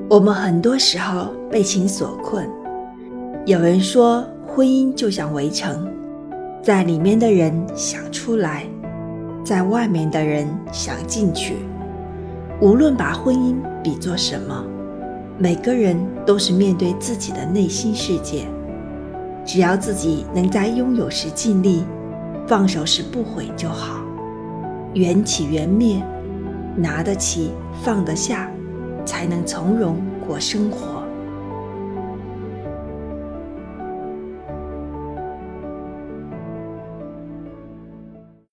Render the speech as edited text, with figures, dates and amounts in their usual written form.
我们很多时候被情所困，有人说婚姻就像围城，在里面的人想出来，在外面的人想进去。无论把婚姻比作什么，每个人都是面对自己的内心世界。只要自己能在拥有时尽力，放手时不悔就好。缘起缘灭，拿得起放得下，才能从容过生活。